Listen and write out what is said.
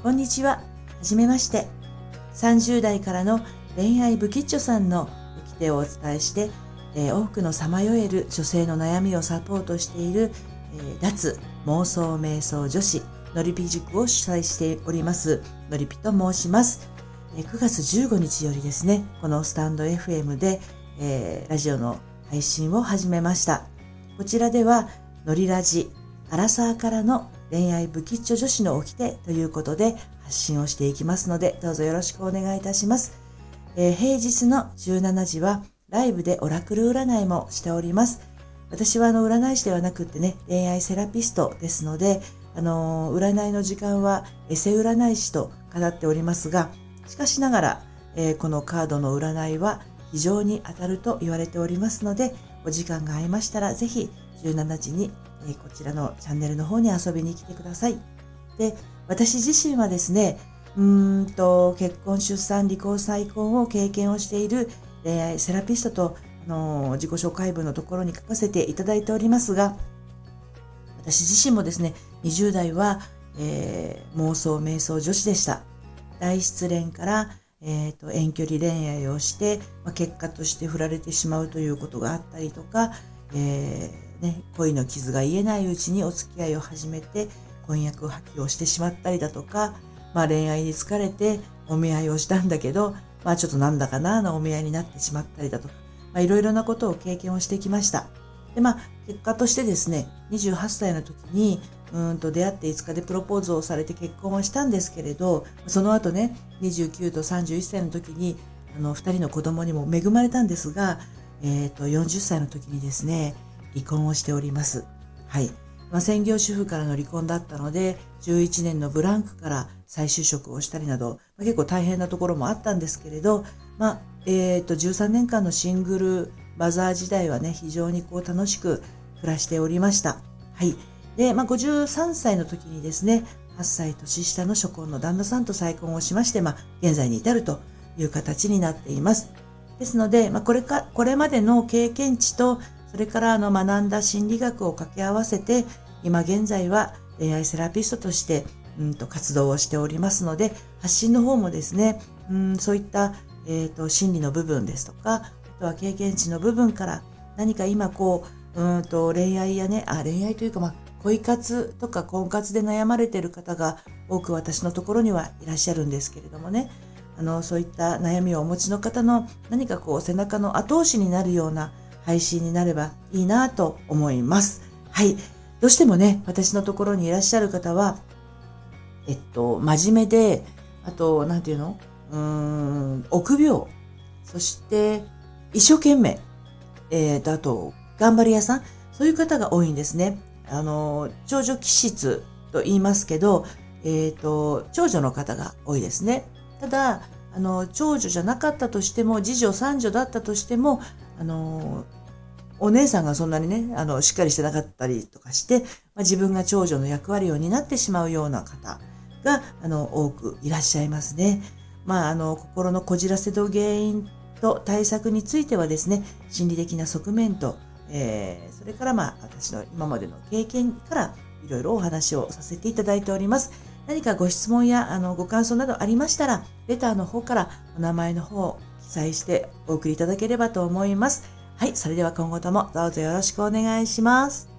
こんにちは。はじめまして。30代からの恋愛ブキッチョさんの掟をお伝えして、多くのさまよえる女性の悩みをサポートしている、脱妄想瞑想女子のりぴ塾を主催しておりますのりぴと申します。9月15日よりですね、このスタンド FM で、ラジオの配信を始めました。こちらではのりラジアラサーからの恋愛ブキッチョ女子の掟ということで発信をしていきますので、どうぞよろしくお願いいたします。平日の17時はライブでオラクル占いもしております。私は占い師ではなくってね、恋愛セラピストですので、占いの時間はエセ占い師と語っておりますが、しかしながら、このカードの占いは非常に当たると言われておりますので、お時間が合いましたらぜひ17時に、こちらのチャンネルの方に遊びに来てください。で、私自身はですね、結婚、出産、離婚、再婚を経験をしている恋愛セラピストと、自己紹介文のところに書かせていただいておりますが、私自身もですね、20代は、妄想瞑想女子でした。大失恋から、遠距離恋愛をして、結果として振られてしまうということがあったりとか、恋の傷が癒えないうちにお付き合いを始めて婚約破棄をしてしまったりだとか、恋愛に疲れてお見合いをしたんだけど、ちょっとなんだかなのお見合いになってしまったりだとか、いろいろなことを経験をしてきました。で、結果としてですね、28歳の時に出会って5日でプロポーズをされて結婚はしたんですけれど、その後ね、29と31歳の時に2人の子供にも恵まれたんですが、40歳の時にですね、離婚をしております。はい。専業主婦からの離婚だったので、11年のブランクから再就職をしたりなど、結構大変なところもあったんですけれど、13年間のシングルマザー時代はね、非常に楽しく暮らしておりました。はい。で、53歳の時にですね、8歳年下の初婚の旦那さんと再婚をしまして、現在に至るという形になっています。ですので、これまでの経験値と、それから学んだ心理学を掛け合わせて、今現在は恋愛セラピストとして活動をしておりますので、発信の方もですね、そういった、心理の部分ですとか、あとは経験値の部分から何か今恋愛やね、恋愛というか恋活とか婚活で悩まれている方が多く私のところにはいらっしゃるんですけれどもね、そういった悩みをお持ちの方の何か背中の後押しになるような配信になればいいなと思います。はい。どうしてもね、私のところにいらっしゃる方は、真面目で、あと、臆病、そして、一生懸命、あと、頑張り屋さん、そういう方が多いんですね。長女気質と言いますけど、長女の方が多いですね。ただ、長女じゃなかったとしても、次女、三女だったとしても、お姉さんがそんなにね、しっかりしてなかったりとかして、自分が長女の役割を担ってしまうような方が、多くいらっしゃいますね。心のこじらせの原因と対策についてはですね、心理的な側面と、それから私の今までの経験からいろいろお話をさせていただいております。何かご質問やご感想などありましたら、レターの方からお名前の方を記載してお送りいただければと思います。はい、それでは今後ともどうぞよろしくお願いします。